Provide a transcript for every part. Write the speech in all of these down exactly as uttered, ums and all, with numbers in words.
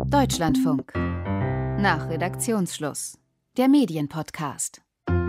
Deutschlandfunk. Nach Redaktionsschluss. Der Medienpodcast.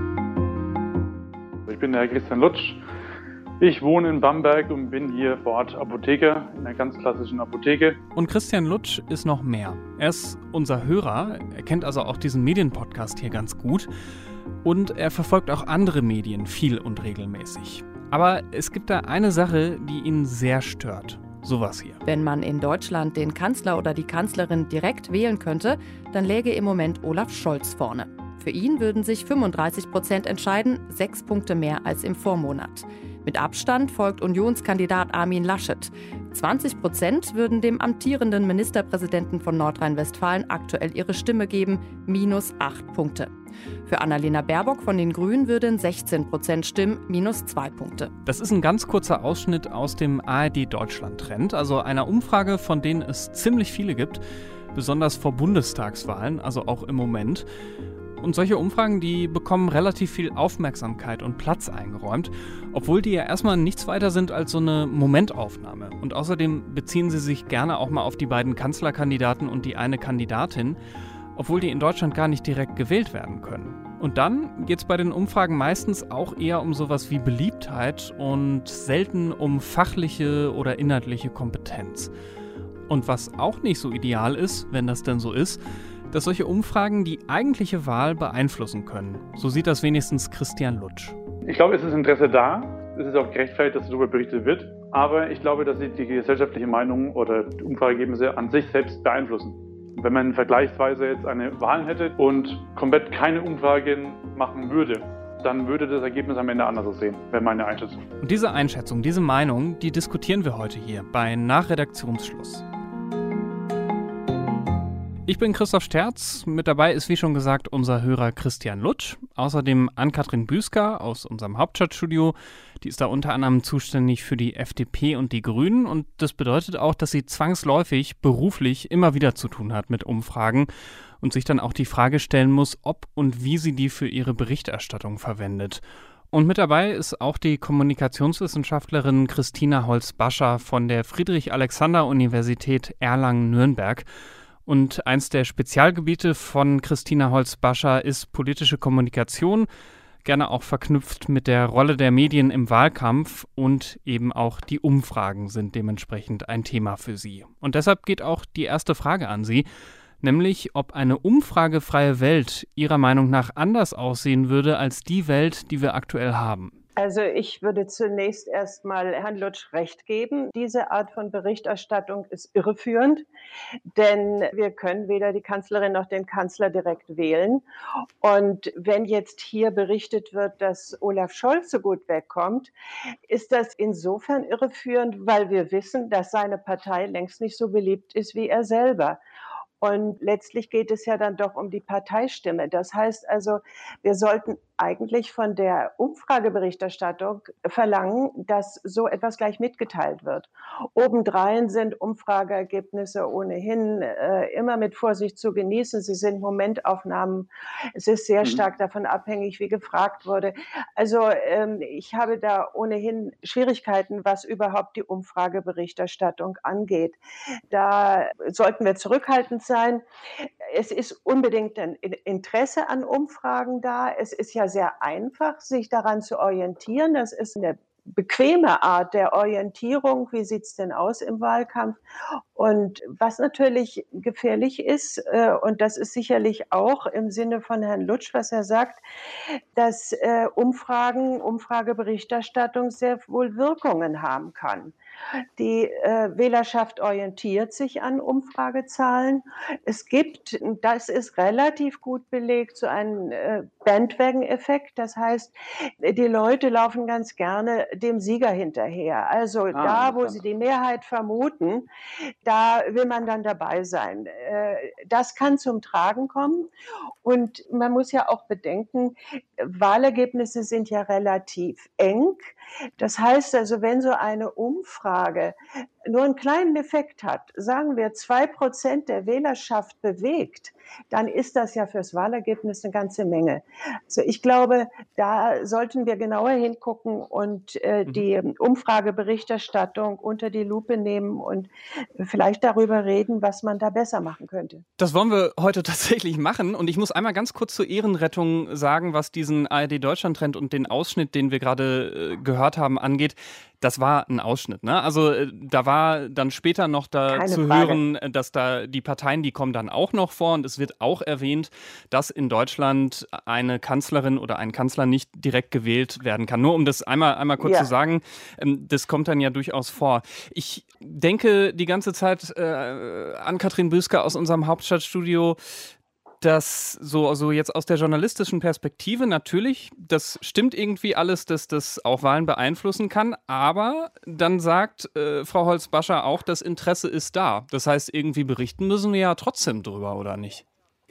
Ich bin der Herr Christian Lutsch. Ich wohne in Bamberg und bin hier vor Ort Apotheker in einer ganz klassischen Apotheke. Und Christian Lutsch ist noch mehr. Er ist unser Hörer, er kennt also auch diesen Medienpodcast hier ganz gut. Und er verfolgt auch andere Medien viel und regelmäßig. Aber es gibt da eine Sache, die ihn sehr stört. Sowas hier. Wenn man in Deutschland den Kanzler oder die Kanzlerin direkt wählen könnte, dann läge im Moment Olaf Scholz vorne. Für ihn würden sich fünfunddreißig Prozent entscheiden, sechs Punkte mehr als im Vormonat. Mit Abstand folgt Unionskandidat Armin Laschet. zwanzig Prozent würden dem amtierenden Ministerpräsidenten von Nordrhein-Westfalen aktuell ihre Stimme geben, minus acht Punkte. Für Annalena Baerbock von den Grünen würden sechzehn Prozent stimmen, minus zwei Punkte. Das ist ein ganz kurzer Ausschnitt aus dem A R D-Deutschland-Trend, also einer Umfrage, von denen es ziemlich viele gibt, besonders vor Bundestagswahlen, also auch im Moment. Und solche Umfragen, die bekommen relativ viel Aufmerksamkeit und Platz eingeräumt, obwohl die ja erstmal nichts weiter sind als so eine Momentaufnahme. Und außerdem beziehen sie sich gerne auch mal auf die beiden Kanzlerkandidaten und die eine Kandidatin, obwohl die in Deutschland gar nicht direkt gewählt werden können. Und dann geht es bei den Umfragen meistens auch eher um sowas wie Beliebtheit und selten um fachliche oder inhaltliche Kompetenz. Und was auch nicht so ideal ist, wenn das denn so ist, dass solche Umfragen die eigentliche Wahl beeinflussen können. So sieht das wenigstens Christian Lutsch. Ich glaube, es ist Interesse da. Es ist auch gerechtfertigt, dass darüber berichtet wird. Aber ich glaube, dass sie die gesellschaftliche Meinung oder die Umfrageergebnisse an sich selbst beeinflussen. Wenn man vergleichsweise jetzt eine Wahl hätte und komplett keine Umfragen machen würde, dann würde das Ergebnis am Ende anders aussehen, wäre meine Einschätzung. Und diese Einschätzung, diese Meinung, die diskutieren wir heute hier bei Nach Redaktionsschluss. Ich bin Christoph Sterz, mit dabei ist wie schon gesagt unser Hörer Christian Lutsch, außerdem Ann-Kathrin Büsker aus unserem Hauptstadtstudio, die ist da unter anderem zuständig für die F D P und die Grünen und das bedeutet auch, dass sie zwangsläufig beruflich immer wieder zu tun hat mit Umfragen und sich dann auch die Frage stellen muss, ob und wie sie die für ihre Berichterstattung verwendet. Und mit dabei ist auch die Kommunikationswissenschaftlerin Christina Holz-Bascher von der Friedrich-Alexander-Universität Erlangen-Nürnberg. Und eins der Spezialgebiete von Christina Holz-Bascher ist politische Kommunikation, gerne auch verknüpft mit der Rolle der Medien im Wahlkampf und eben auch die Umfragen sind dementsprechend ein Thema für sie. Und deshalb geht auch die erste Frage an Sie, nämlich ob eine umfragefreie Welt Ihrer Meinung nach anders aussehen würde als die Welt, die wir aktuell haben. Also ich würde zunächst erstmal Herrn Lutsch recht geben. Diese Art von Berichterstattung ist irreführend, denn wir können weder die Kanzlerin noch den Kanzler direkt wählen. Und wenn jetzt hier berichtet wird, dass Olaf Scholz so gut wegkommt, ist das insofern irreführend, weil wir wissen, dass seine Partei längst nicht so beliebt ist wie er selber. Und letztlich geht es ja dann doch um die Parteistimme. Das heißt also, wir sollten eigentlich von der Umfrageberichterstattung verlangen, dass so etwas gleich mitgeteilt wird. Obendrein sind Umfrageergebnisse ohnehin äh, immer mit Vorsicht zu genießen. Sie sind Momentaufnahmen. Es ist sehr stark davon abhängig, wie gefragt wurde. Also ähm, ich habe da ohnehin Schwierigkeiten, was überhaupt die Umfrageberichterstattung angeht. Da sollten wir zurückhaltend sein. Es ist unbedingt ein Interesse an Umfragen da. Es ist ja sehr einfach, sich daran zu orientieren. Das ist eine bequeme Art der Orientierung. Wie sieht's denn aus im Wahlkampf? Und was natürlich gefährlich ist, äh, und das ist sicherlich auch im Sinne von Herrn Lutsch, was er sagt, dass äh, Umfragen, Umfrageberichterstattung sehr wohl Wirkungen haben kann. Die äh, Wählerschaft orientiert sich an Umfragezahlen. Es gibt, das ist relativ gut belegt, so einen äh, Bandwagon-Effekt. Das heißt, die Leute laufen ganz gerne dem Sieger hinterher. Also Ah, da, wo sie die Mehrheit vermuten, da will man dann dabei sein. Äh, das kann zum Tragen kommen. Und man muss ja auch bedenken, Wahlergebnisse sind ja relativ eng. Das heißt also, wenn so eine Umfrage nur einen kleinen Effekt hat, sagen wir zwei Prozent der Wählerschaft bewegt, dann ist das ja fürs Wahlergebnis eine ganze Menge. Also ich glaube, da sollten wir genauer hingucken und äh, Mhm. die Umfrageberichterstattung unter die Lupe nehmen und vielleicht darüber reden, was man da besser machen könnte. Das wollen wir heute tatsächlich machen. Und ich muss einmal ganz kurz zur Ehrenrettung sagen, was diesen A R D-Deutschland-Trend und den Ausschnitt, den wir gerade äh, gehört haben, angeht. Das war ein Ausschnitt, ne? Also äh, da war dann später noch da Keine zu Frage. hören, äh, dass da die Parteien, die kommen dann auch noch vor. Und es wird auch erwähnt, dass in Deutschland eine Kanzlerin oder ein Kanzler nicht direkt gewählt werden kann. Nur um das einmal, einmal kurz Ja. zu sagen, ähm, das kommt dann ja durchaus vor. Ich denke die ganze Zeit äh, an Katrin Büsker aus unserem Hauptstadtstudio, dass so, so jetzt aus der journalistischen Perspektive natürlich, das stimmt irgendwie alles, dass das auch Wahlen beeinflussen kann, aber dann sagt äh, Frau Holzbascher auch, das Interesse ist da. Das heißt, irgendwie berichten müssen wir ja trotzdem drüber, oder nicht?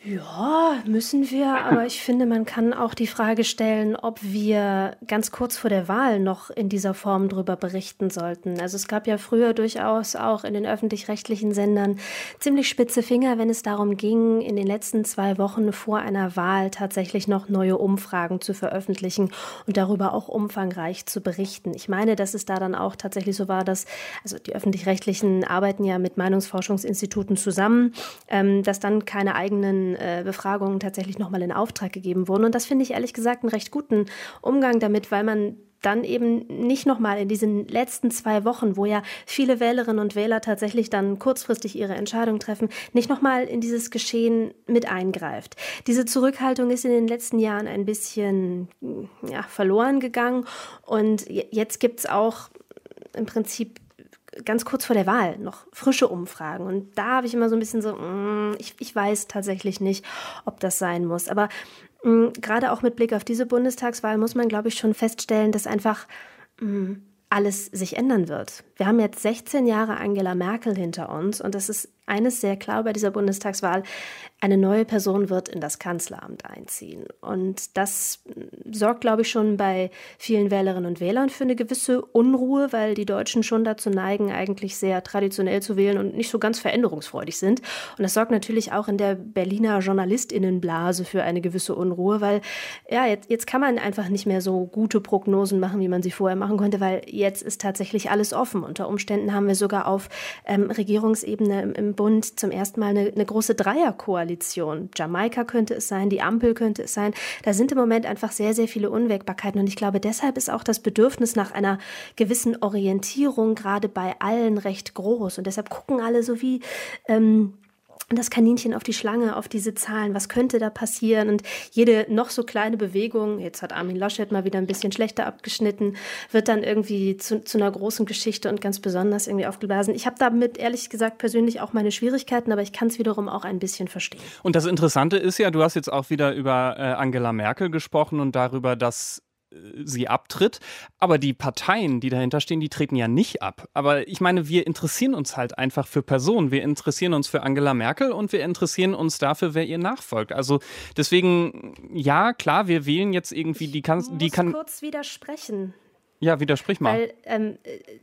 Ja, müssen wir, aber ich finde, man kann auch die Frage stellen, ob wir ganz kurz vor der Wahl noch in dieser Form drüber berichten sollten. Also es gab ja früher durchaus auch in den öffentlich-rechtlichen Sendern ziemlich spitze Finger, wenn es darum ging, in den letzten zwei Wochen vor einer Wahl tatsächlich noch neue Umfragen zu veröffentlichen und darüber auch umfangreich zu berichten. Ich meine, dass es da dann auch tatsächlich so war, dass, also die öffentlich-rechtlichen arbeiten ja mit Meinungsforschungsinstituten zusammen, ähm, dass dann keine eigenen Befragungen tatsächlich nochmal in Auftrag gegeben wurden. Und das finde ich ehrlich gesagt einen recht guten Umgang damit, weil man dann eben nicht nochmal in diesen letzten zwei Wochen, wo ja viele Wählerinnen und Wähler tatsächlich dann kurzfristig ihre Entscheidung treffen, nicht nochmal in dieses Geschehen mit eingreift. Diese Zurückhaltung ist in den letzten Jahren ein bisschen ja, verloren gegangen. Und jetzt gibt es auch im Prinzip ganz kurz vor der Wahl noch frische Umfragen. Und da habe ich immer so ein bisschen so, mm, ich, ich weiß tatsächlich nicht, ob das sein muss. Aber mm, gerade auch mit Blick auf diese Bundestagswahl muss man, glaube ich, schon feststellen, dass einfach mm, alles sich ändern wird. Wir haben jetzt sechzehn Jahre Angela Merkel hinter uns und es ist eines sehr klar bei dieser Bundestagswahl, eine neue Person wird in das Kanzleramt einziehen. Und das sorgt, glaube ich, schon bei vielen Wählerinnen und Wählern für eine gewisse Unruhe, weil die Deutschen schon dazu neigen, eigentlich sehr traditionell zu wählen und nicht so ganz veränderungsfreudig sind. Und das sorgt natürlich auch in der Berliner JournalistInnenblase für eine gewisse Unruhe, weil ja, jetzt, jetzt kann man einfach nicht mehr so gute Prognosen machen, wie man sie vorher machen konnte, weil jetzt ist tatsächlich alles offen. Unter Umständen haben wir sogar auf ähm, Regierungsebene im, im Bund zum ersten Mal eine, eine große Dreierkoalition. Jamaika könnte es sein, die Ampel könnte es sein. Da sind im Moment einfach sehr, sehr viele Unwägbarkeiten. Und ich glaube, deshalb ist auch das Bedürfnis nach einer gewissen Orientierung gerade bei allen recht groß. Und deshalb gucken alle so wie ähm, das Kaninchen auf die Schlange, auf diese Zahlen. Was könnte da passieren? Und jede noch so kleine Bewegung, jetzt hat Armin Laschet mal wieder ein bisschen schlechter abgeschnitten, wird dann irgendwie zu, zu einer großen Geschichte und ganz besonders irgendwie aufgeblasen. Ich habe damit ehrlich gesagt persönlich auch meine Schwierigkeiten, aber ich kann es wiederum auch ein bisschen verstehen. Und das Interessante ist ja, du hast jetzt auch wieder über äh, Angela Merkel gesprochen und darüber, dass sie abtritt, aber die Parteien, die dahinter stehen, die treten ja nicht ab. Aber ich meine, wir interessieren uns halt einfach für Personen. Wir interessieren uns für Angela Merkel und wir interessieren uns dafür, wer ihr nachfolgt. Also deswegen, ja, klar, wir wählen jetzt irgendwie die kann... Ich die muss kann kurz widersprechen. Ja, widersprich mal. Weil ähm,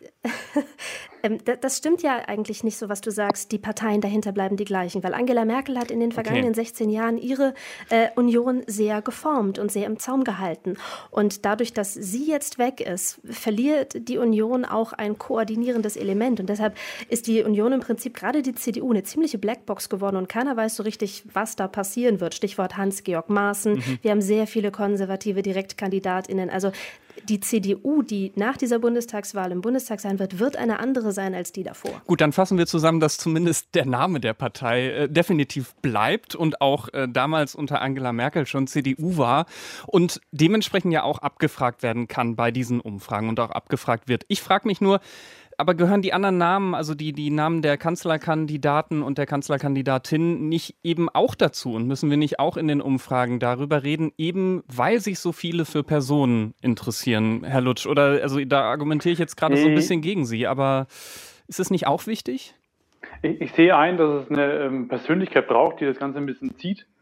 äh, das stimmt ja eigentlich nicht so, was du sagst, die Parteien dahinter bleiben die gleichen, weil Angela Merkel hat in den vergangenen okay. sechzehn Jahren ihre äh, Union sehr geformt und sehr im Zaum gehalten. Und dadurch, dass sie jetzt weg ist, verliert die Union auch ein koordinierendes Element. Und deshalb ist die Union im Prinzip, gerade die C D U, eine ziemliche Blackbox geworden und keiner weiß so richtig, was da passieren wird. Stichwort Hans-Georg Maaßen. Mhm. Wir haben sehr viele konservative DirektkandidatInnen. Also die C D U, die nach dieser Bundestagswahl im Bundestag sein wird, wird eine andere sein als die davor. Gut, dann fassen wir zusammen, dass zumindest der Name der Partei äh, definitiv bleibt und auch äh, damals unter Angela Merkel schon C D U war und dementsprechend ja auch abgefragt werden kann bei diesen Umfragen und auch abgefragt wird. Ich frage mich nur, aber gehören die anderen Namen, also die, die Namen der Kanzlerkandidaten und der Kanzlerkandidatin nicht eben auch dazu? Und müssen wir nicht auch in den Umfragen darüber reden, eben weil sich so viele für Personen interessieren, Herr Lutsch? Oder also da argumentiere ich jetzt gerade so ein bisschen gegen Sie, aber ist es nicht auch wichtig? Ich, ich sehe ein, dass es eine ähm, Persönlichkeit braucht, die das Ganze ein bisschen zieht.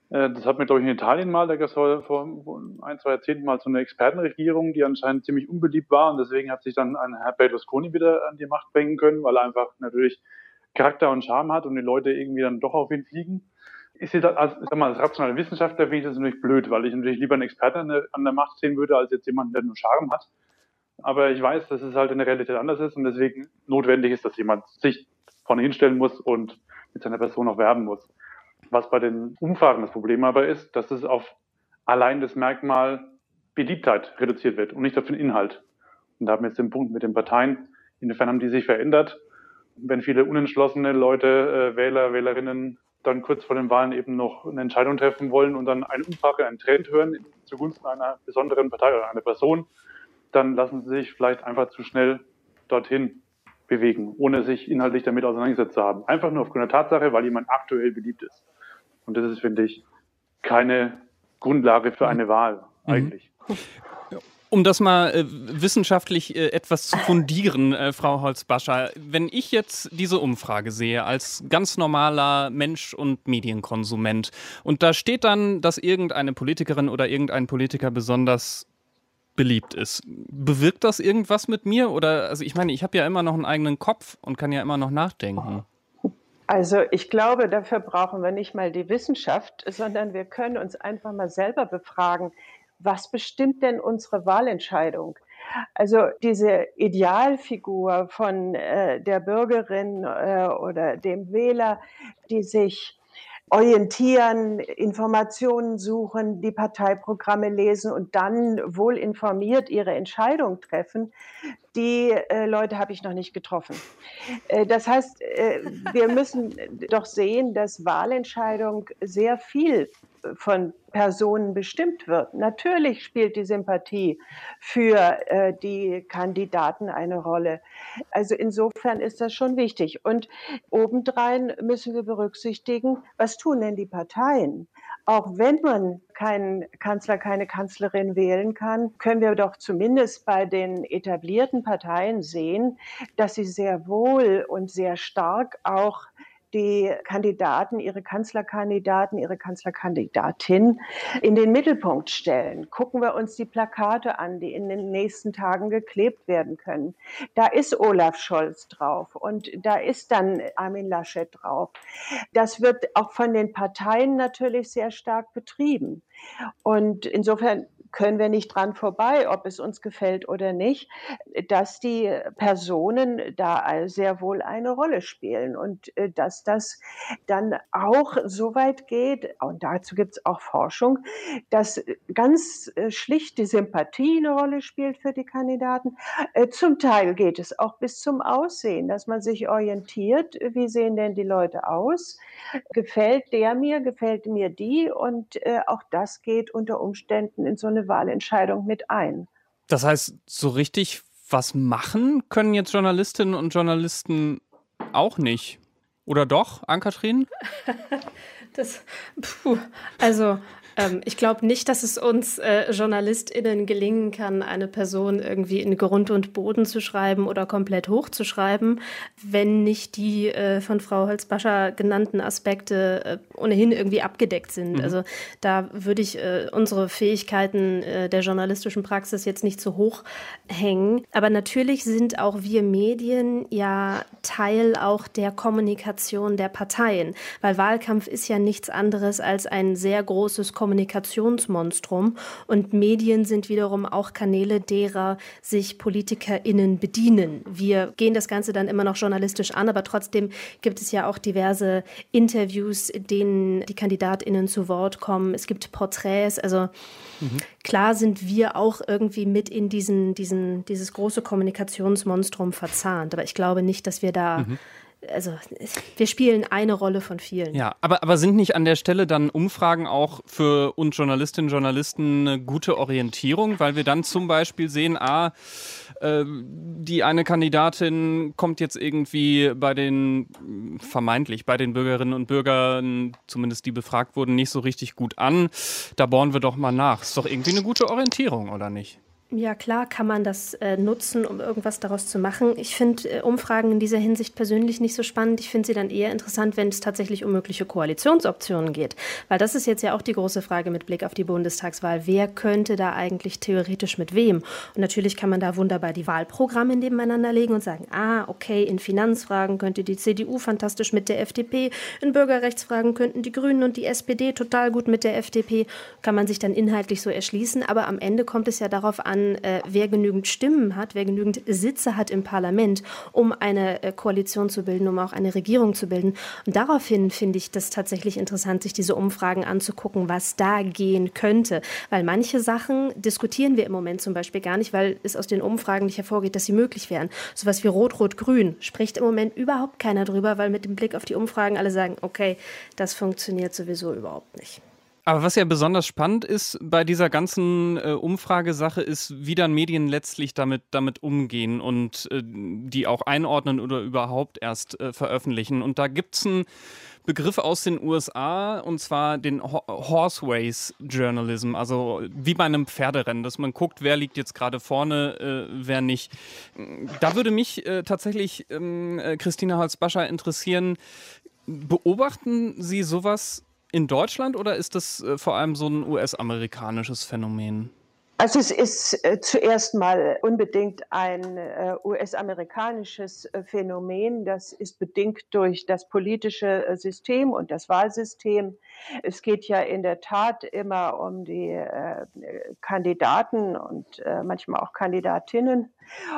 Das hat mir, glaube ich, in Italien mal, da gab es vor ein, zwei Jahrzehnten mal so eine Expertenregierung, die anscheinend ziemlich unbeliebt war und deswegen hat sich dann ein Herr Berlusconi wieder an die Macht bringen können, weil er einfach natürlich Charakter und Charme hat und die Leute irgendwie dann doch auf ihn fliegen. Ich sehe das als, sag mal, als rationale Wissenschaftler finde ich das natürlich blöd, weil ich natürlich lieber einen Experten an der, an der Macht sehen würde, als jetzt jemanden, der nur Charme hat. Aber ich weiß, dass es halt in der Realität anders ist und deswegen notwendig ist, dass jemand sich vorne hinstellen muss und mit seiner Person auch werben muss. Was bei den Umfragen das Problem aber ist, dass es auf allein das Merkmal Beliebtheit reduziert wird und nicht auf den Inhalt. Und da haben wir jetzt den Punkt mit den Parteien. Inwiefern haben die sich verändert? Wenn viele unentschlossene Leute, äh, Wähler, Wählerinnen dann kurz vor den Wahlen eben noch eine Entscheidung treffen wollen und dann eine Umfrage, einen Trend hören zugunsten einer besonderen Partei oder einer Person, dann lassen sie sich vielleicht einfach zu schnell dorthin bewegen, ohne sich inhaltlich damit auseinandergesetzt zu haben. Einfach nur aufgrund der Tatsache, weil jemand aktuell beliebt ist. Und das ist, finde ich, keine Grundlage für eine Wahl eigentlich. Um das mal äh, wissenschaftlich äh, etwas zu fundieren, äh, Frau Holz-Bascher, wenn ich jetzt diese Umfrage sehe als ganz normaler Mensch und Medienkonsument und da steht dann, dass irgendeine Politikerin oder irgendein Politiker besonders beliebt ist, bewirkt das irgendwas mit mir? Oder, also ich meine, ich habe ja immer noch einen eigenen Kopf und kann ja immer noch nachdenken. Also ich glaube, dafür brauchen wir nicht mal die Wissenschaft, sondern wir können uns einfach mal selber befragen, was bestimmt denn unsere Wahlentscheidung? Also diese Idealfigur von äh, der Bürgerin äh, oder dem Wähler, die sich orientieren, Informationen suchen, die Parteiprogramme lesen und dann wohl informiert ihre Entscheidung treffen, die äh, Leute habe ich noch nicht getroffen. Äh, das heißt, äh, wir müssen doch sehen, dass Wahlentscheidung sehr viel von Personen bestimmt wird. Natürlich spielt die Sympathie für äh, die Kandidaten eine Rolle. Also insofern ist das schon wichtig. Und obendrein müssen wir berücksichtigen, was tun denn die Parteien? Auch wenn man keinen Kanzler, keine Kanzlerin wählen kann, können wir doch zumindest bei den etablierten Parteien sehen, dass sie sehr wohl und sehr stark auch die Kandidaten, ihre Kanzlerkandidaten, ihre Kanzlerkandidatin in den Mittelpunkt stellen. Gucken wir uns die Plakate an, die in den nächsten Tagen geklebt werden können. Da ist Olaf Scholz drauf und da ist dann Armin Laschet drauf. Das wird auch von den Parteien natürlich sehr stark betrieben. Und insofern können wir nicht dran vorbei, ob es uns gefällt oder nicht, dass die Personen da sehr wohl eine Rolle spielen und dass das dann auch so weit geht, und dazu gibt es auch Forschung, dass ganz schlicht die Sympathie eine Rolle spielt für die Kandidaten. Zum Teil geht es auch bis zum Aussehen, dass man sich orientiert, wie sehen denn die Leute aus, gefällt der mir, gefällt mir die, und auch das geht unter Umständen in so eine Wahlentscheidung mit ein. Das heißt, so richtig was machen können jetzt Journalistinnen und Journalisten auch nicht. Oder doch, Ann-Kathrin? das, puh, also ähm, ich glaube nicht, dass es uns äh, JournalistInnen gelingen kann, eine Person irgendwie in Grund und Boden zu schreiben oder komplett hochzuschreiben, wenn nicht die äh, von Frau Holz-Bascher genannten Aspekte äh, ohnehin irgendwie abgedeckt sind. Mhm. Also da würde ich äh, unsere Fähigkeiten äh, der journalistischen Praxis jetzt nicht zu hoch hängen. Aber natürlich sind auch wir Medien ja Teil auch der Kommunikation der Parteien, weil Wahlkampf ist ja nichts anderes als ein sehr großes Kommunikationsmonstrum und Medien sind wiederum auch Kanäle, derer sich PolitikerInnen bedienen. Wir gehen das Ganze dann immer noch journalistisch an, aber trotzdem gibt es ja auch diverse Interviews, in denen die KandidatInnen zu Wort kommen. Es gibt Porträts, also mhm. klar sind wir auch irgendwie mit in diesen, diesen, dieses große Kommunikationsmonstrum verzahnt, aber ich glaube nicht, dass wir da mhm. Also wir spielen eine Rolle von vielen. Ja, aber, aber sind nicht an der Stelle dann Umfragen auch für uns Journalistinnen und Journalisten eine gute Orientierung, weil wir dann zum Beispiel sehen, ah, äh, die eine Kandidatin kommt jetzt irgendwie bei den, vermeintlich bei den Bürgerinnen und Bürgern, zumindest die befragt wurden, nicht so richtig gut an. Da bohren wir doch mal nach. Ist doch irgendwie eine gute Orientierung, oder nicht? Ja, klar kann man das äh, nutzen, um irgendwas daraus zu machen. Ich finde äh, Umfragen in dieser Hinsicht persönlich nicht so spannend. Ich finde sie dann eher interessant, wenn es tatsächlich um mögliche Koalitionsoptionen geht. Weil das ist jetzt ja auch die große Frage mit Blick auf die Bundestagswahl. Wer könnte da eigentlich theoretisch mit wem? Und natürlich kann man da wunderbar die Wahlprogramme nebeneinander legen und sagen, ah, okay, in Finanzfragen könnte die C D U fantastisch mit der F D P, in Bürgerrechtsfragen könnten die Grünen und die S P D total gut mit der F D P. Kann man sich dann inhaltlich so erschließen. Aber am Ende kommt es ja darauf an, Äh, wer genügend Stimmen hat, wer genügend Sitze hat im Parlament, um eine äh, Koalition zu bilden, um auch eine Regierung zu bilden. Und daraufhin finde ich das tatsächlich interessant, sich diese Umfragen anzugucken, was da gehen könnte. Weil manche Sachen diskutieren wir im Moment zum Beispiel gar nicht, weil es aus den Umfragen nicht hervorgeht, dass sie möglich wären. Sowas wie Rot-Rot-Grün spricht im Moment überhaupt keiner drüber, weil mit dem Blick auf die Umfragen alle sagen, okay, das funktioniert sowieso überhaupt nicht. Aber was ja besonders spannend ist bei dieser ganzen äh, Umfragesache ist, wie dann Medien letztlich damit, damit umgehen und äh, die auch einordnen oder überhaupt erst äh, veröffentlichen. Und da gibt es einen Begriff aus den U S A, und zwar den Ho- Horse-Race Journalism, also wie bei einem Pferderennen, dass man guckt, wer liegt jetzt gerade vorne, äh, wer nicht. Da würde mich äh, tatsächlich, ähm, äh, Christina Holzbascher, interessieren, beobachten Sie sowas in Deutschland oder ist das äh, vor allem so ein U S-amerikanisches Phänomen? Also es ist äh, zuerst mal unbedingt ein äh, U S-amerikanisches äh, Phänomen. Das ist bedingt durch das politische äh, System und das Wahlsystem. Es geht ja in der Tat immer um die äh, Kandidaten und äh, manchmal auch Kandidatinnen.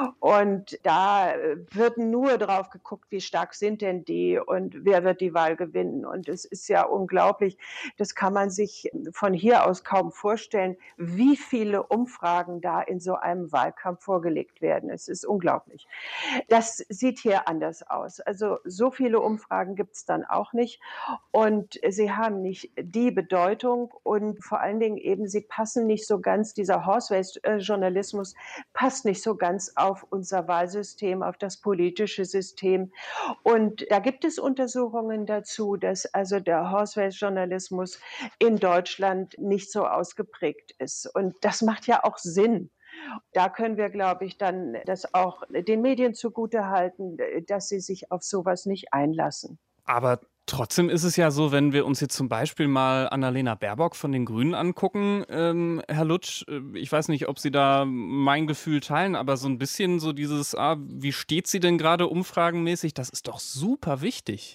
Und da wird nur drauf geguckt, wie stark sind denn die und wer wird die Wahl gewinnen. Und es ist ja unglaublich, das kann man sich von hier aus kaum vorstellen, wie viele Umfragen da in so einem Wahlkampf vorgelegt werden. Es ist unglaublich. Das sieht hier anders aus. Also so viele Umfragen gibt es dann auch nicht. Und sie haben nicht die Bedeutung und vor allen Dingen eben, sie passen nicht so ganz, dieser Horse-Race-Journalismus passt nicht so ganz auf unser Wahlsystem, auf das politische System. Und da gibt es Untersuchungen dazu, dass also der Horse-Race-Journalismus in Deutschland nicht so ausgeprägt ist. Und das macht ja auch Sinn. Da können wir, glaube ich, dann das auch den Medien zugutehalten, dass sie sich auf sowas nicht einlassen. Aber trotzdem ist es ja so, wenn wir uns jetzt zum Beispiel mal Annalena Baerbock von den Grünen angucken, ähm, Herr Lutsch, ich weiß nicht, ob Sie da mein Gefühl teilen, aber so ein bisschen so dieses, ah, wie steht sie denn gerade umfragenmäßig, das ist doch super wichtig.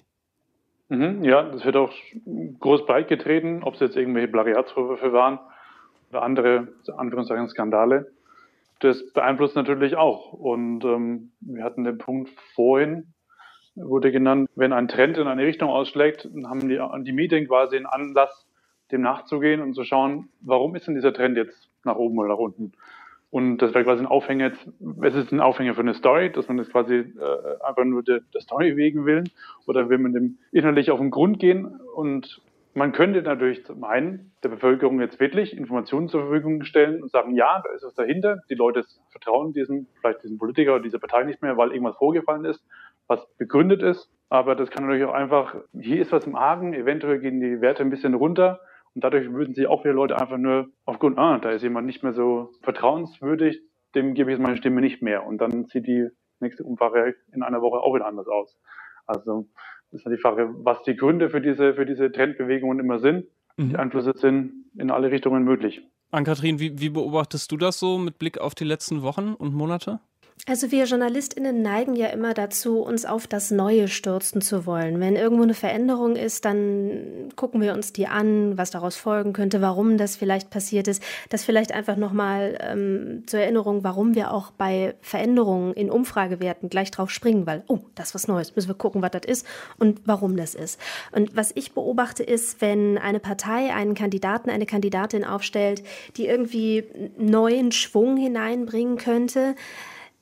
Mhm, ja, das wird auch groß breit getreten, ob es jetzt irgendwelche Plagiatsvorwürfe waren oder andere, Anführungszeichen, Skandale. Das beeinflusst natürlich auch. Und ähm, wir hatten den Punkt vorhin, wurde genannt, wenn ein Trend in eine Richtung ausschlägt, dann haben die, die Medien quasi einen Anlass, dem nachzugehen und zu schauen, warum ist denn dieser Trend jetzt nach oben oder nach unten? Und das wäre quasi ein Aufhänger, jetzt, es ist ein Aufhänger für eine Story, dass man das quasi äh, einfach nur der, der Story wegen will, oder will man dem innerlich auf den Grund gehen. Und man könnte natürlich zum einen der Bevölkerung jetzt wirklich Informationen zur Verfügung stellen und sagen, ja, da ist was dahinter, die Leute vertrauen diesem, vielleicht diesem Politiker oder dieser Partei nicht mehr, weil irgendwas vorgefallen ist, was begründet ist. Aber das kann natürlich auch einfach, hier ist was im Argen, eventuell gehen die Werte ein bisschen runter und dadurch würden sich auch viele Leute einfach nur aufgrund, ah, da ist jemand nicht mehr so vertrauenswürdig, dem gebe ich jetzt meine Stimme nicht mehr. Und dann sieht die nächste Umfrage in einer Woche auch wieder anders aus. Also das ist ja die Frage, was die Gründe für diese, für diese Trendbewegungen immer sind. Mhm. Die Einflüsse sind in alle Richtungen möglich. Ann-Kathrin, wie, wie beobachtest du das so mit Blick auf die letzten Wochen und Monate? Also wir JournalistInnen neigen ja immer dazu, uns auf das Neue stürzen zu wollen. Wenn irgendwo eine Veränderung ist, dann gucken wir uns die an, was daraus folgen könnte, warum das vielleicht passiert ist. Das vielleicht einfach nochmal ähm, zur Erinnerung, warum wir auch bei Veränderungen in Umfragewerten gleich drauf springen, weil, oh, das ist was Neues, müssen wir gucken, was das ist und warum das ist. Und was ich beobachte ist, wenn eine Partei einen Kandidaten, eine Kandidatin aufstellt, die irgendwie neuen Schwung hineinbringen könnte,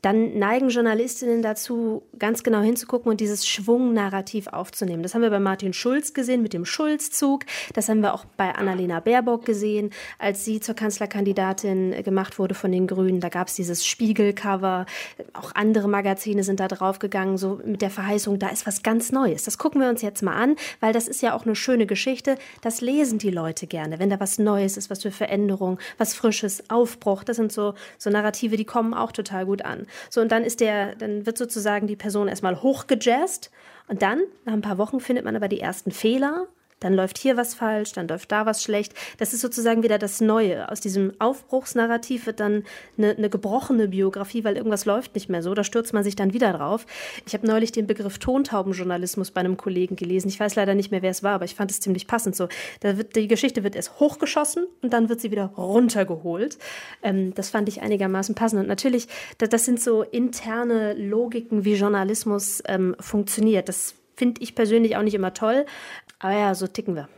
dann neigen Journalistinnen dazu, ganz genau hinzugucken und dieses Schwungnarrativ aufzunehmen. Das haben wir bei Martin Schulz gesehen mit dem Schulz-Zug. Das haben wir auch bei Annalena Baerbock gesehen, als sie zur Kanzlerkandidatin gemacht wurde von den Grünen. Da gab es dieses Spiegel-Cover. Auch andere Magazine sind da draufgegangen, so mit der Verheißung, da ist was ganz Neues. Das gucken wir uns jetzt mal an, weil das ist ja auch eine schöne Geschichte. Das lesen die Leute gerne, wenn da was Neues ist, was für Veränderung, was Frisches, Aufbruch. Das sind so, so Narrative, die kommen auch total gut an. So, und dann ist der, dann wird sozusagen die Person erstmal hochgejazzt und dann, nach ein paar Wochen, findet man aber die ersten Fehler. Dann läuft hier was falsch, dann läuft da was schlecht. Das ist sozusagen wieder das Neue. Aus diesem Aufbruchsnarrativ wird dann eine, eine gebrochene Biografie, weil irgendwas läuft nicht mehr so. Da stürzt man sich dann wieder drauf. Ich habe neulich den Begriff Tontaubenjournalismus bei einem Kollegen gelesen. Ich weiß leider nicht mehr, wer es war, aber ich fand es ziemlich passend so. Da wird, die Geschichte wird erst hochgeschossen und dann wird sie wieder runtergeholt. Ähm, das fand ich einigermaßen passend. Und natürlich, das, das sind so interne Logiken, wie Journalismus ähm, funktioniert. Das finde ich persönlich auch nicht immer toll. Aber ja, so ticken wir.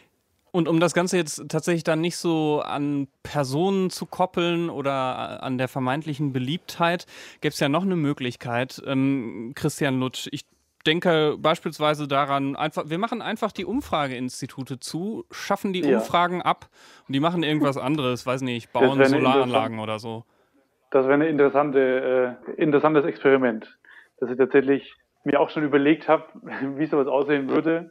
Und um das Ganze jetzt tatsächlich dann nicht so an Personen zu koppeln oder an der vermeintlichen Beliebtheit, gäbe es ja noch eine Möglichkeit. Ähm, Christian Lutsch, ich denke beispielsweise daran, einfach, wir machen einfach die Umfrageinstitute zu, schaffen die ja. Umfragen ab und die machen irgendwas anderes, weiß nicht, bauen Solaranlagen oder so. Das wäre ein interessante, äh, interessantes Experiment, dass ich tatsächlich mir auch schon überlegt habe, wie sowas aussehen würde,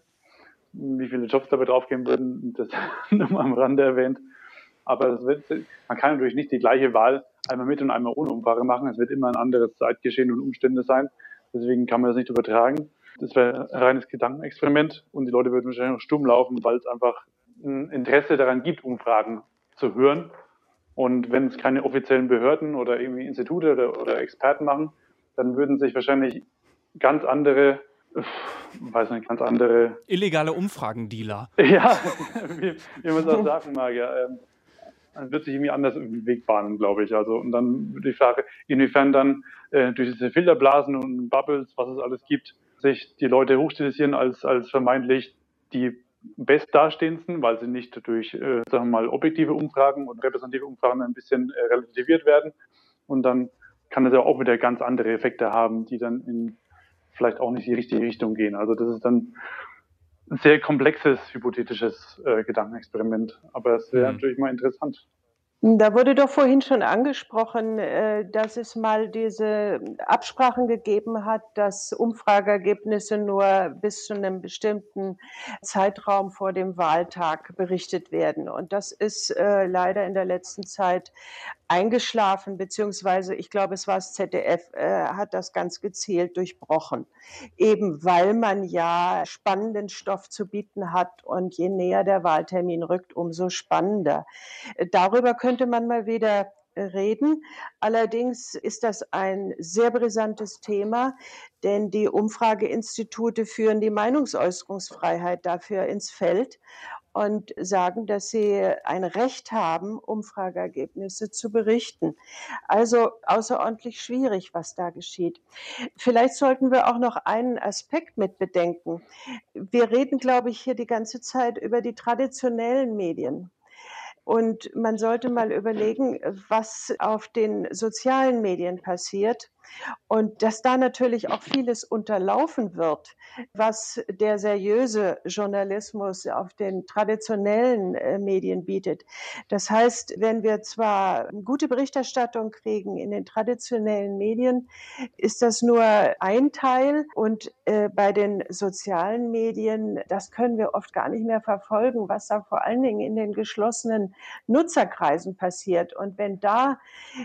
wie viele Jobs dabei draufgehen würden, das nur mal am Rande erwähnt. Aber das wird, man kann natürlich nicht die gleiche Wahl einmal mit und einmal ohne Umfrage machen. Es wird immer ein anderes Zeitgeschehen und Umstände sein. Deswegen kann man das nicht übertragen. Das wäre ein reines Gedankenexperiment und die Leute würden wahrscheinlich noch stumm laufen, weil es einfach ein Interesse daran gibt, Umfragen zu hören. Und wenn es keine offiziellen Behörden oder irgendwie Institute oder, oder Experten machen, dann würden sich wahrscheinlich ganz andere weiß nicht, ganz andere... Illegale Umfragendealer. Ja, wie, wie man es auch sagen mag, ja. Dann wird sich irgendwie anders über den Weg bahnen, glaube ich. Also, und dann die Frage, inwiefern dann äh, durch diese Filterblasen und Bubbles, was es alles gibt, sich die Leute hochstilisieren als, als vermeintlich die bestdastehendsten, weil sie nicht durch, äh, sagen wir mal, objektive Umfragen und repräsentative Umfragen ein bisschen äh, relativiert werden. Und dann kann das ja auch wieder ganz andere Effekte haben, die dann in vielleicht auch nicht in die richtige Richtung gehen. Also das ist dann ein sehr komplexes, hypothetisches äh, Gedankenexperiment. Aber es wäre mhm. natürlich mal interessant. Da wurde doch vorhin schon angesprochen, äh, dass es mal diese Absprachen gegeben hat, dass Umfrageergebnisse nur bis zu einem bestimmten Zeitraum vor dem Wahltag berichtet werden. Und das ist äh, leider in der letzten Zeit eingeschlafen, beziehungsweise ich glaube, es war das Z D F, äh, hat das ganz gezielt durchbrochen. Eben weil man ja spannenden Stoff zu bieten hat und je näher der Wahltermin rückt, umso spannender. Darüber könnte man mal wieder reden. Allerdings ist das ein sehr brisantes Thema, denn die Umfrageinstitute führen die Meinungsäußerungsfreiheit dafür ins Feld und sagen, dass sie ein Recht haben, Umfrageergebnisse zu berichten. Also außerordentlich schwierig, was da geschieht. Vielleicht sollten wir auch noch einen Aspekt mit bedenken. Wir reden, glaube ich, hier die ganze Zeit über die traditionellen Medien. Und man sollte mal überlegen, was auf den sozialen Medien passiert und dass da natürlich auch vieles unterlaufen wird, was der seriöse Journalismus auf den traditionellen äh, Medien bietet. Das heißt, wenn wir zwar gute Berichterstattung kriegen in den traditionellen Medien, ist das nur ein Teil und äh, bei den sozialen Medien, das können wir oft gar nicht mehr verfolgen, was da vor allen Dingen in den geschlossenen Nutzerkreisen passiert. Und wenn da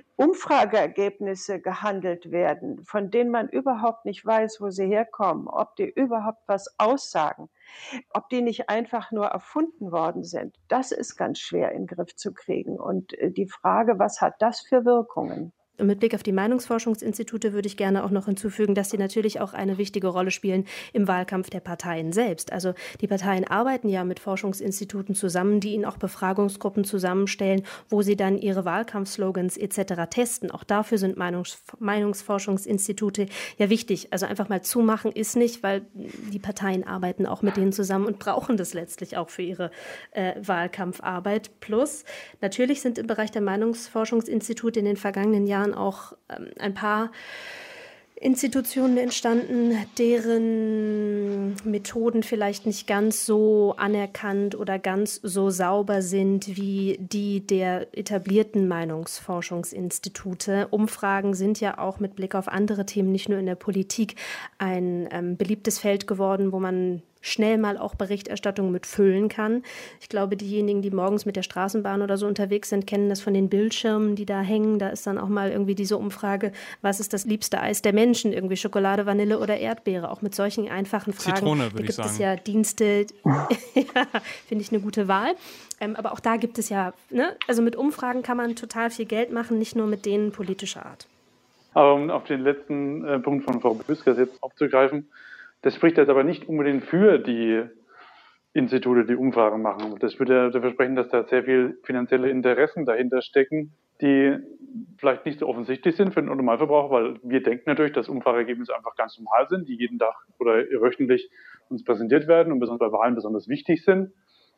Umfrageergebnisse gehandelt werden, von denen man überhaupt nicht weiß, wo sie herkommen, ob die überhaupt was aussagen, ob die nicht einfach nur erfunden worden sind, das ist ganz schwer in den Griff zu kriegen. Und die Frage, was hat das für Wirkungen? Und mit Blick auf die Meinungsforschungsinstitute würde ich gerne auch noch hinzufügen, dass sie natürlich auch eine wichtige Rolle spielen im Wahlkampf der Parteien selbst. Also die Parteien arbeiten ja mit Forschungsinstituten zusammen, die ihnen auch Befragungsgruppen zusammenstellen, wo sie dann ihre Wahlkampfslogans et cetera testen. Auch dafür sind Meinungs- Meinungsforschungsinstitute ja wichtig. Also einfach mal zumachen ist nicht, weil die Parteien arbeiten auch mit denen zusammen und brauchen das letztlich auch für ihre äh, Wahlkampfarbeit. Plus, natürlich sind im Bereich der Meinungsforschungsinstitute in den vergangenen Jahren dann auch ähm, ein paar Institutionen entstanden, deren Methoden vielleicht nicht ganz so anerkannt oder ganz so sauber sind wie die der etablierten Meinungsforschungsinstitute. Umfragen sind ja auch mit Blick auf andere Themen, nicht nur in der Politik, ein ähm, beliebtes Feld geworden, wo man schnell mal auch Berichterstattung mit füllen kann. Ich glaube, diejenigen, die morgens mit der Straßenbahn oder so unterwegs sind, kennen das von den Bildschirmen, die da hängen. Da ist dann auch mal irgendwie diese Umfrage, was ist das liebste Eis der Menschen? Irgendwie Schokolade, Vanille oder Erdbeere? Auch mit solchen einfachen Fragen. Zitrone, würde da ich sagen. Gibt es ja Dienste, ja, finde ich eine gute Wahl. Ähm, aber auch da gibt es ja, ne? Also mit Umfragen kann man total viel Geld machen, nicht nur mit denen politischer Art. Aber um auf den letzten äh, Punkt von Frau Büskers jetzt aufzugreifen, das spricht jetzt aber nicht unbedingt für die Institute, die Umfragen machen. Das würde ja dafür sprechen, dass da sehr viel finanzielle Interessen dahinter stecken, die vielleicht nicht so offensichtlich sind für den Normalverbraucher, weil wir denken natürlich, dass Umfrageergebnisse einfach ganz normal sind, die jeden Tag oder wöchentlich uns präsentiert werden und besonders bei Wahlen besonders wichtig sind.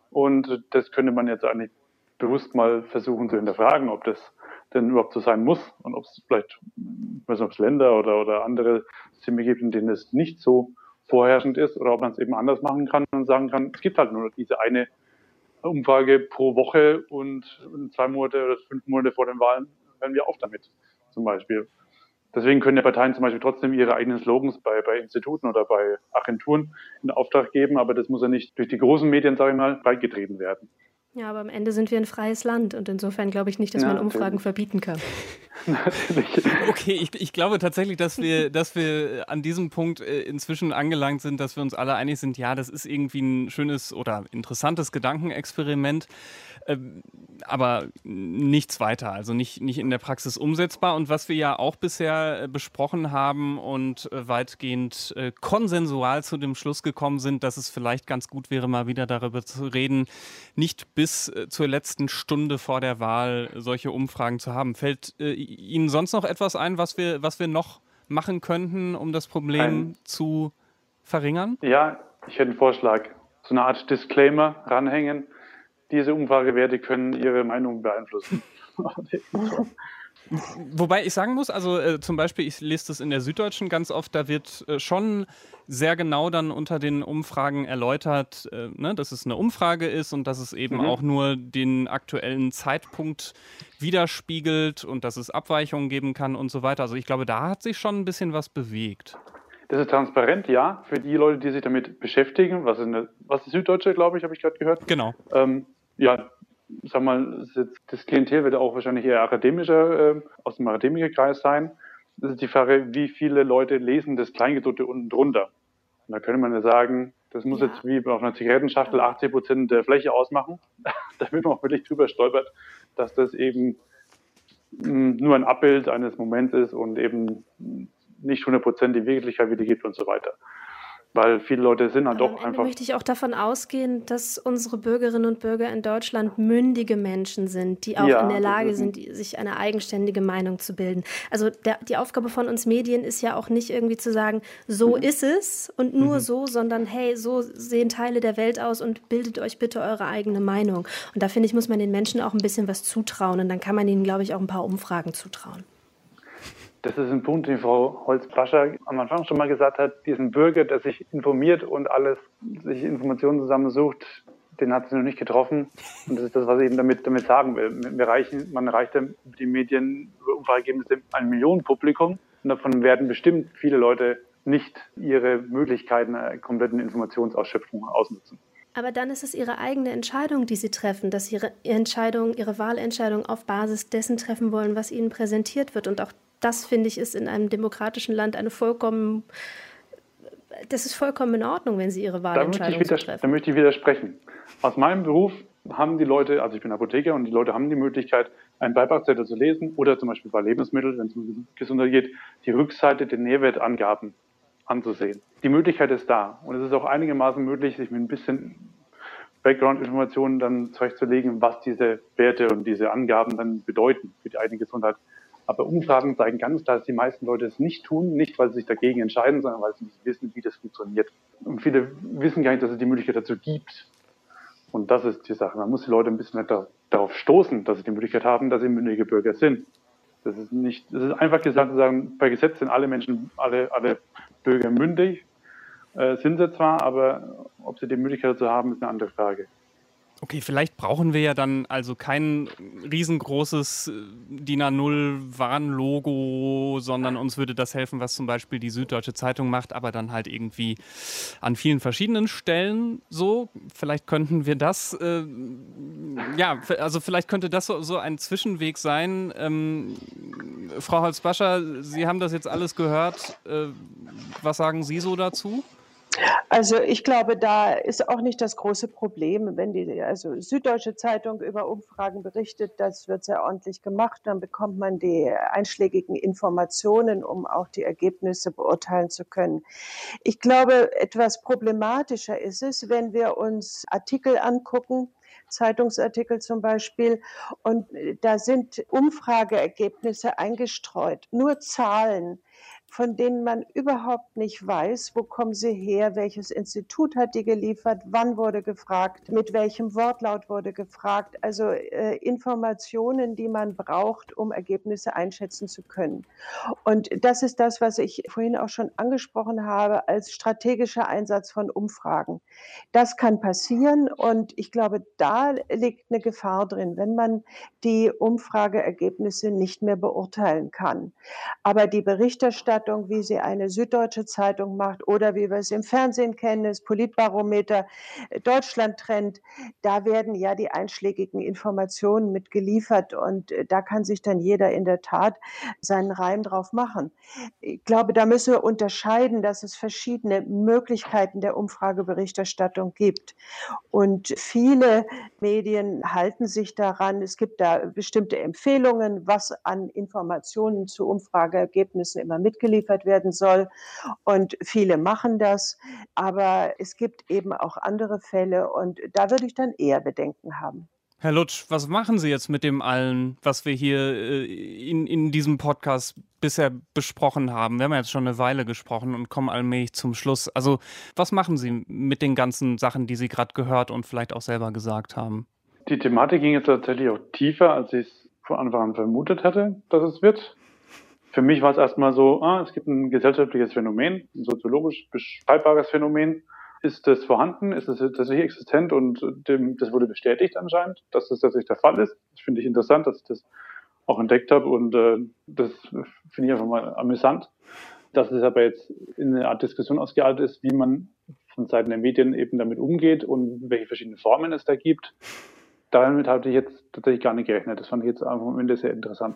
Und das könnte man jetzt eigentlich bewusst mal versuchen zu hinterfragen, ob das denn überhaupt so sein muss und ob es vielleicht, ich weiß nicht, ob es Länder oder, oder andere Systeme gibt, in denen es nicht so vorherrschend ist oder ob man es eben anders machen kann und sagen kann, es gibt halt nur diese eine Umfrage pro Woche und zwei Monate oder fünf Monate vor den Wahlen hören wir auf damit, zum Beispiel. Deswegen können ja Parteien zum Beispiel trotzdem ihre eigenen Slogans bei, bei Instituten oder bei Agenturen in Auftrag geben, aber das muss ja nicht durch die großen Medien, sage ich mal, breitgetreten werden. Ja, aber am Ende sind wir ein freies Land und insofern glaube ich nicht, dass ja, man Umfragen natürlich. verbieten kann. Natürlich. Okay, ich, ich glaube tatsächlich, dass wir, dass wir an diesem Punkt äh, inzwischen angelangt sind, dass wir uns alle einig sind, ja, das ist irgendwie ein schönes oder interessantes Gedankenexperiment, äh, aber nichts weiter, also nicht, nicht in der Praxis umsetzbar. Und was wir ja auch bisher äh, besprochen haben und äh, weitgehend äh, konsensual zu dem Schluss gekommen sind, dass es vielleicht ganz gut wäre, mal wieder darüber zu reden, nicht bis äh, zur letzten Stunde vor der Wahl solche Umfragen zu haben. Fällt äh, Ihnen sonst noch etwas ein, was wir, was wir noch machen könnten, um das Problem ein, zu verringern? Ja, ich hätte einen Vorschlag. So eine Art Disclaimer ranhängen. Diese Umfragewerte können Ihre Meinung beeinflussen. Wobei ich sagen muss, also äh, zum Beispiel, ich lese das in der Süddeutschen ganz oft, da wird äh, schon sehr genau dann unter den Umfragen erläutert, äh, ne, dass es eine Umfrage ist und dass es eben mhm. auch nur den aktuellen Zeitpunkt widerspiegelt und dass es Abweichungen geben kann und so weiter. Also ich glaube, da hat sich schon ein bisschen was bewegt. Das ist transparent, ja, für die Leute, die sich damit beschäftigen. Was ist, eine, was ist Süddeutsche, glaube ich, habe ich gerade gehört. Genau. Ähm, ja, sag mal, das Klientel wird auch wahrscheinlich eher akademischer, äh, aus dem Akademikerkreis sein. Das ist die Frage, wie viele Leute lesen das Kleingedruckte unten drunter. Und da könnte man ja sagen, das muss ja. jetzt wie auf einer Zigarettenschachtel achtzig Prozent der Fläche ausmachen, damit man auch wirklich drüber stolpert, dass das eben mh, nur ein Abbild eines Moments ist und eben nicht hundert Prozent die Wirklichkeit wiedergibt und so weiter. Weil viele Leute sind halt doch einfach... möchte ich auch davon ausgehen, dass unsere Bürgerinnen und Bürger in Deutschland mündige Menschen sind, die auch ja, in der Lage sind, sich eine eigenständige Meinung zu bilden. Also der, die Aufgabe von uns Medien ist ja auch nicht irgendwie zu sagen, so mhm. ist es und nur mhm. so, sondern hey, so sehen Teile der Welt aus und bildet euch bitte eure eigene Meinung. Und da finde ich, muss man den Menschen auch ein bisschen was zutrauen und dann kann man ihnen, glaube ich, auch ein paar Umfragen zutrauen. Das ist ein Punkt, den Frau Holz-Pascha am Anfang schon mal gesagt hat. Diesen Bürger, der sich informiert und alles, sich Informationen zusammensucht, den hat sie noch nicht getroffen. Und das ist das, was ich eben damit, damit sagen will. Wir reichen, man erreicht über die Medien, über Umfrageergebnisse ein Millionenpublikum. Und davon werden bestimmt viele Leute nicht ihre Möglichkeiten einer kompletten Informationsausschöpfung ausnutzen. Aber dann ist es ihre eigene Entscheidung, die sie treffen, dass sie ihre Entscheidung, ihre Wahlentscheidung auf Basis dessen treffen wollen, was ihnen präsentiert wird. Und auch das, finde ich, ist in einem demokratischen Land eine vollkommen, das ist vollkommen in Ordnung, wenn sie ihre Wahlentscheidung so treffen. Da möchte ich widersprechen. Aus meinem Beruf haben die Leute, also ich bin Apotheker und die Leute haben die Möglichkeit, einen Beipackzettel zu lesen oder zum Beispiel bei Lebensmitteln, wenn es um Gesundheit geht, die Rückseite der Nährwertangaben anzusehen. Die Möglichkeit ist da und es ist auch einigermaßen möglich, sich mit ein bisschen Background-Informationen dann zurechtzulegen, was diese Werte und diese Angaben dann bedeuten für die eigene Gesundheit. Aber Umfragen zeigen ganz klar, dass die meisten Leute es nicht tun, nicht weil sie sich dagegen entscheiden, sondern weil sie nicht wissen, wie das funktioniert. Und viele wissen gar nicht, dass es die Möglichkeit dazu gibt. Und das ist die Sache. Man muss die Leute ein bisschen darauf stoßen, dass sie die Möglichkeit haben, dass sie mündige Bürger sind. Das ist nicht, das ist einfach gesagt zu sagen, bei Gesetz sind alle Menschen, alle, alle Bürger mündig, äh, sind sie zwar, aber ob sie die Möglichkeit dazu haben, ist eine andere Frage. Okay, vielleicht brauchen wir ja dann also kein riesengroßes D I N A null Warnlogo, sondern uns würde das helfen, was zum Beispiel die Süddeutsche Zeitung macht, aber dann halt irgendwie an vielen verschiedenen Stellen so. Vielleicht könnten wir das, äh, ja, also vielleicht könnte das so, so ein Zwischenweg sein. Ähm, Frau Holz-Bascher, Sie haben das jetzt alles gehört. Äh, was sagen Sie so dazu? Also ich glaube, da ist auch nicht das große Problem, wenn die also Süddeutsche Zeitung über Umfragen berichtet, das wird sehr ordentlich gemacht, dann bekommt man die einschlägigen Informationen, um auch die Ergebnisse beurteilen zu können. Ich glaube, etwas problematischer ist es, wenn wir uns Artikel angucken, Zeitungsartikel zum Beispiel, und da sind Umfrageergebnisse eingestreut, nur Zahlen, von denen man überhaupt nicht weiß, wo kommen sie her, welches Institut hat die geliefert, wann wurde gefragt, mit welchem Wortlaut wurde gefragt. Also äh, Informationen, die man braucht, um Ergebnisse einschätzen zu können. Und das ist das, was ich vorhin auch schon angesprochen habe, als strategischer Einsatz von Umfragen. Das kann passieren und ich glaube, da liegt eine Gefahr drin, wenn man die Umfrageergebnisse nicht mehr beurteilen kann. Aber die Berichterstattung, wie sie eine Süddeutsche Zeitung macht oder wie wir es im Fernsehen kennen, das Politbarometer, Deutschland-Trend, da werden ja die einschlägigen Informationen mit geliefert und da kann sich dann jeder in der Tat seinen Reim drauf machen. Ich glaube, da müssen wir unterscheiden, dass es verschiedene Möglichkeiten der Umfrageberichterstattung gibt. Und viele Medien halten sich daran. Es gibt da bestimmte Empfehlungen, was an Informationen zu Umfrageergebnissen immer mitgeliefert werden soll. Und viele machen das. Aber es gibt eben auch andere Fälle und da würde ich dann eher Bedenken haben. Herr Lutsch, was machen Sie jetzt mit dem allen, was wir hier äh, in, in diesem Podcast bisher besprochen haben? Wir haben ja jetzt schon eine Weile gesprochen und kommen allmählich zum Schluss. Also was machen Sie mit den ganzen Sachen, die Sie gerade gehört und vielleicht auch selber gesagt haben? Die Thematik ging jetzt tatsächlich auch tiefer, als ich es von Anfang an vermutet hatte, dass es wird. Für mich war es erstmal so, ah, es gibt ein gesellschaftliches Phänomen, ein soziologisch beschreibbares Phänomen. Ist das vorhanden? Ist das tatsächlich existent? Und dem, das wurde bestätigt anscheinend, dass das tatsächlich der Fall ist. Das finde ich interessant, dass ich das auch entdeckt habe und äh, das finde ich einfach mal amüsant, dass es aber jetzt in eine Art Diskussion ausgeartet ist, wie man von Seiten der Medien eben damit umgeht und welche verschiedenen Formen es da gibt. Damit hatte ich jetzt tatsächlich gar nicht gerechnet. Das fand ich jetzt am Ende sehr interessant.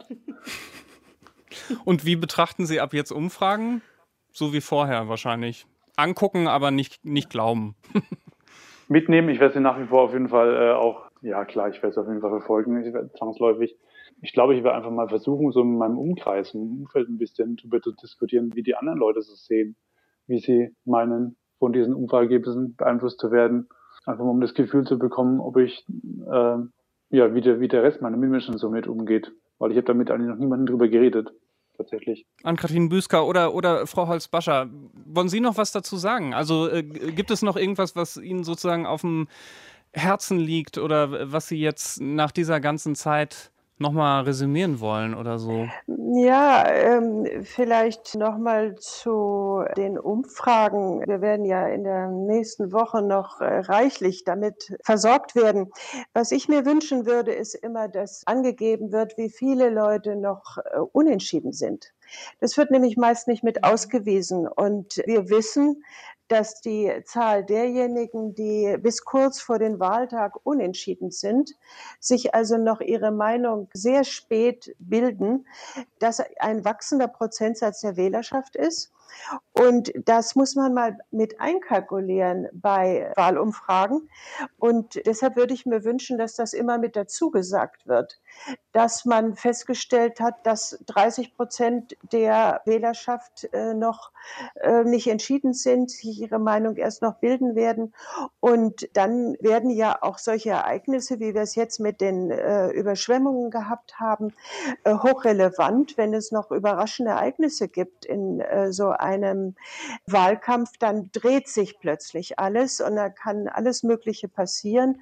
Und wie betrachten Sie ab jetzt Umfragen? So wie vorher wahrscheinlich. Angucken, aber nicht, nicht glauben. Mitnehmen, ich werde sie nach wie vor auf jeden Fall äh, auch, ja klar, ich werde es auf jeden Fall verfolgen, ich werde zwangsläufig. Ich glaube, ich werde einfach mal versuchen, so in meinem Umkreis, im Umfeld ein bisschen darüber zu diskutieren, wie die anderen Leute es sehen, wie sie meinen, von diesen Umfrageergebnissen beeinflusst zu werden. Einfach mal um das Gefühl zu bekommen, ob ich, äh, ja, wie der, wie der Rest meiner Mitmenschen so mit umgeht. Weil ich habe damit eigentlich noch niemandem drüber geredet. Tatsächlich. Ann-Kathrin Büsker oder, oder Frau Holz-Bascher, wollen Sie noch was dazu sagen? Also äh, gibt es noch irgendwas, was Ihnen sozusagen auf dem Herzen liegt oder was Sie jetzt nach dieser ganzen Zeit nochmal resümieren wollen oder so? Ja, ähm, vielleicht nochmal zu den Umfragen. Wir werden ja in der nächsten Woche noch äh, reichlich damit versorgt werden. Was ich mir wünschen würde, ist immer, dass angegeben wird, wie viele Leute noch äh, unentschieden sind. Das wird nämlich meist nicht mit ausgewiesen. Und wir wissen, dass die Zahl derjenigen, die bis kurz vor den Wahltag unentschieden sind, sich also noch ihre Meinung sehr spät bilden, dass ein wachsender Prozentsatz der Wählerschaft ist. Und das muss man mal mit einkalkulieren bei Wahlumfragen. Und deshalb würde ich mir wünschen, dass das immer mit dazu gesagt wird, dass man festgestellt hat, dass dreißig Prozent der Wählerschaft äh, noch äh, nicht entschieden sind. sich ihre Meinung erst noch bilden werden. Und dann werden ja auch solche Ereignisse, wie wir es jetzt mit den äh, Überschwemmungen gehabt haben, äh, hochrelevant. Wenn es noch überraschende Ereignisse gibt in äh, so einem Wahlkampf, dann dreht sich plötzlich alles und da kann alles Mögliche passieren.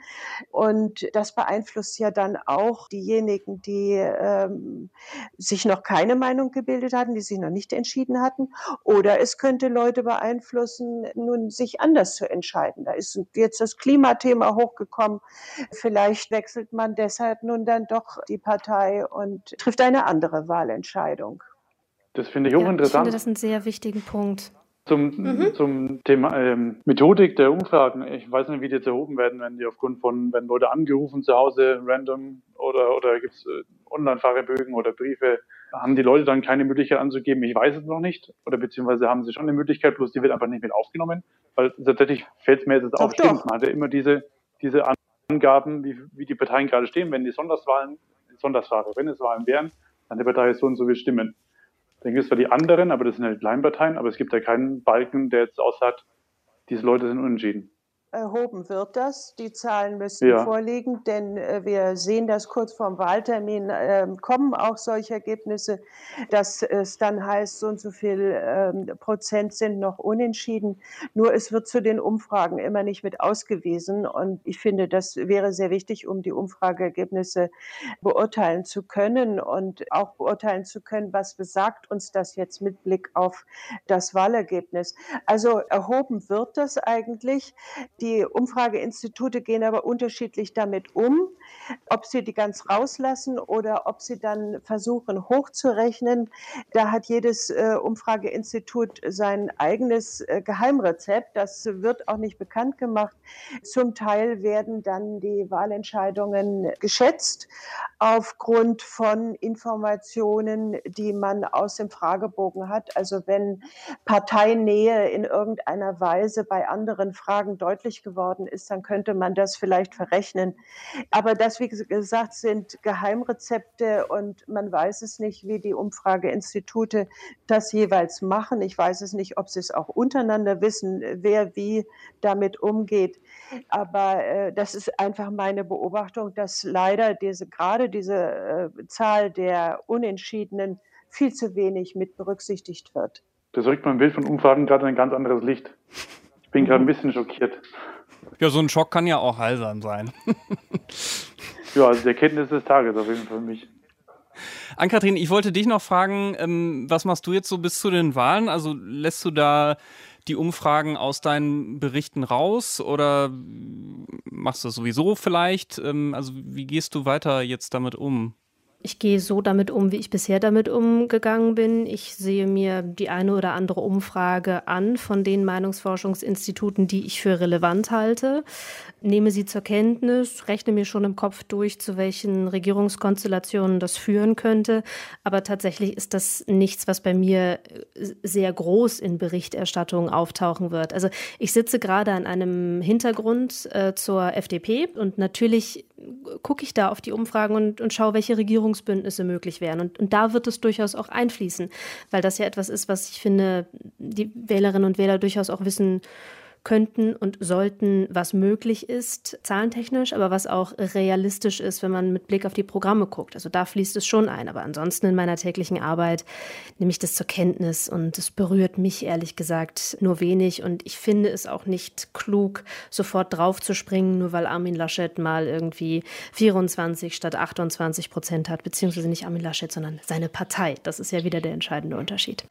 Und das beeinflusst ja dann auch diejenigen, die ähm, sich noch keine Meinung gebildet hatten, die sich noch nicht entschieden hatten. Oder es könnte Leute beeinflussen, nun sich anders zu entscheiden. Da ist jetzt das Klimathema hochgekommen. Vielleicht wechselt man deshalb nun dann doch die Partei und trifft eine andere Wahlentscheidung. Das finde ich ja, hochinteressant. Ich finde das einen sehr wichtigen Punkt. Zum, Mhm. zum Thema ähm, Methodik der Umfragen. Ich weiß nicht, wie die jetzt erhoben werden, wenn die aufgrund von, wenn Leute angerufen zu Hause, random, oder, oder gibt es äh, Online-Fragebögen oder Briefe, haben die Leute dann keine Möglichkeit anzugeben, ich weiß es noch nicht, oder beziehungsweise haben sie schon eine Möglichkeit, bloß die wird einfach nicht mit aufgenommen, weil tatsächlich fällt es mir jetzt auch stimmt. Man hat ja immer diese, diese Angaben, wie, wie die Parteien gerade stehen, wenn die Sonntagswahlen, Sonntagsfrage, wenn es Wahlen wären, dann die Partei so und so viel Stimmen. Dann gibt es zwar die anderen, aber das sind halt Kleinparteien, aber es gibt ja keinen Balken, der jetzt aussagt, diese Leute sind unentschieden. Erhoben wird das. Die Zahlen müssen ja vorliegen, denn äh, wir sehen, dass kurz vorm Wahltermin äh, kommen auch solche Ergebnisse, dass es dann heißt, so und so viel äh, Prozent sind noch unentschieden. Nur es wird zu den Umfragen immer nicht mit ausgewiesen und ich finde, das wäre sehr wichtig, um die Umfrageergebnisse beurteilen zu können und auch beurteilen zu können, was besagt uns das jetzt mit Blick auf das Wahlergebnis. Also erhoben wird das eigentlich. Die Umfrageinstitute gehen aber unterschiedlich damit um, ob sie die ganz rauslassen oder ob sie dann versuchen hochzurechnen. Da hat jedes äh, Umfrageinstitut sein eigenes äh, Geheimrezept. Das wird auch nicht bekannt gemacht. Zum Teil werden dann die Wahlentscheidungen geschätzt aufgrund von Informationen, die man aus dem Fragebogen hat. Also wenn Parteinähe in irgendeiner Weise bei anderen Fragen deutlich geworden ist, dann könnte man das vielleicht verrechnen. Aber das, wie gesagt, sind Geheimrezepte und man weiß es nicht, wie die Umfrageinstitute das jeweils machen. Ich weiß es nicht, ob sie es auch untereinander wissen, wer wie damit umgeht. Aber äh, das ist einfach meine Beobachtung, dass leider diese, gerade diese äh, Zahl der Unentschiedenen viel zu wenig mit berücksichtigt wird. Das rückt mein Bild von Umfragen gerade in ein ganz anderes Licht. Ich bin gerade ein bisschen schockiert. Ja, so ein Schock kann ja auch heilsam sein. Ja, also die Erkenntnis des Tages auf jeden Fall für mich. Ann-Kathrin, ich wollte dich noch fragen, ähm, was machst du jetzt so bis zu den Wahlen? Also lässt du da die Umfragen aus deinen Berichten raus oder machst du das sowieso vielleicht? Ähm, also wie gehst du weiter jetzt damit um? Ich gehe so damit um, wie ich bisher damit umgegangen bin. Ich sehe mir die eine oder andere Umfrage an von den Meinungsforschungsinstituten, die ich für relevant halte, nehme sie zur Kenntnis, rechne mir schon im Kopf durch, zu welchen Regierungskonstellationen das führen könnte. Aber tatsächlich ist das nichts, was bei mir sehr groß in Berichterstattung auftauchen wird. Also ich sitze gerade an einem Hintergrund äh, zur F D P und natürlich gucke ich da auf die Umfragen und, und schaue, welche Regierungsbündnisse möglich wären. Und, und da wird es durchaus auch einfließen, weil das ja etwas ist, was ich finde, die Wählerinnen und Wähler durchaus auch wissen könnten und sollten, was möglich ist, zahlentechnisch, aber was auch realistisch ist, wenn man mit Blick auf die Programme guckt. Also da fließt es schon ein. Aber ansonsten in meiner täglichen Arbeit nehme ich das zur Kenntnis und es berührt mich ehrlich gesagt nur wenig. Und ich finde es auch nicht klug, sofort draufzuspringen, nur weil Armin Laschet mal irgendwie vierundzwanzig statt achtundzwanzig Prozent hat, beziehungsweise nicht Armin Laschet, sondern seine Partei. Das ist ja wieder der entscheidende Unterschied.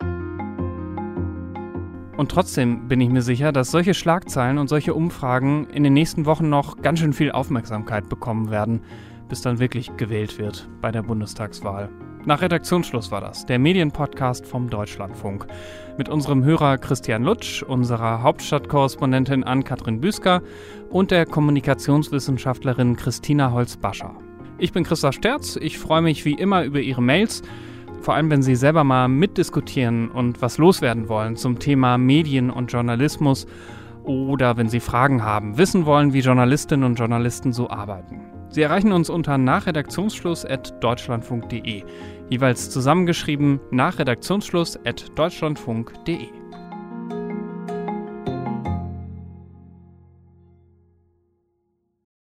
Und trotzdem bin ich mir sicher, dass solche Schlagzeilen und solche Umfragen in den nächsten Wochen noch ganz schön viel Aufmerksamkeit bekommen werden, bis dann wirklich gewählt wird bei der Bundestagswahl. Nach Redaktionsschluss war das, der Medienpodcast vom Deutschlandfunk. Mit unserem Hörer Christian Lutsch, unserer Hauptstadtkorrespondentin Ann-Kathrin Büsker und der Kommunikationswissenschaftlerin Christina Holz-Bascher. Ich bin Christoph Sterz, ich freue mich wie immer über Ihre Mails, vor allem wenn Sie selber mal mitdiskutieren und was loswerden wollen zum Thema Medien und Journalismus oder wenn Sie Fragen haben, wissen wollen, wie Journalistinnen und Journalisten so arbeiten. Sie erreichen uns unter nachredaktionsschluss at deutschlandfunk punkt de, jeweils zusammengeschrieben nachredaktionsschluss at deutschlandfunk punkt de.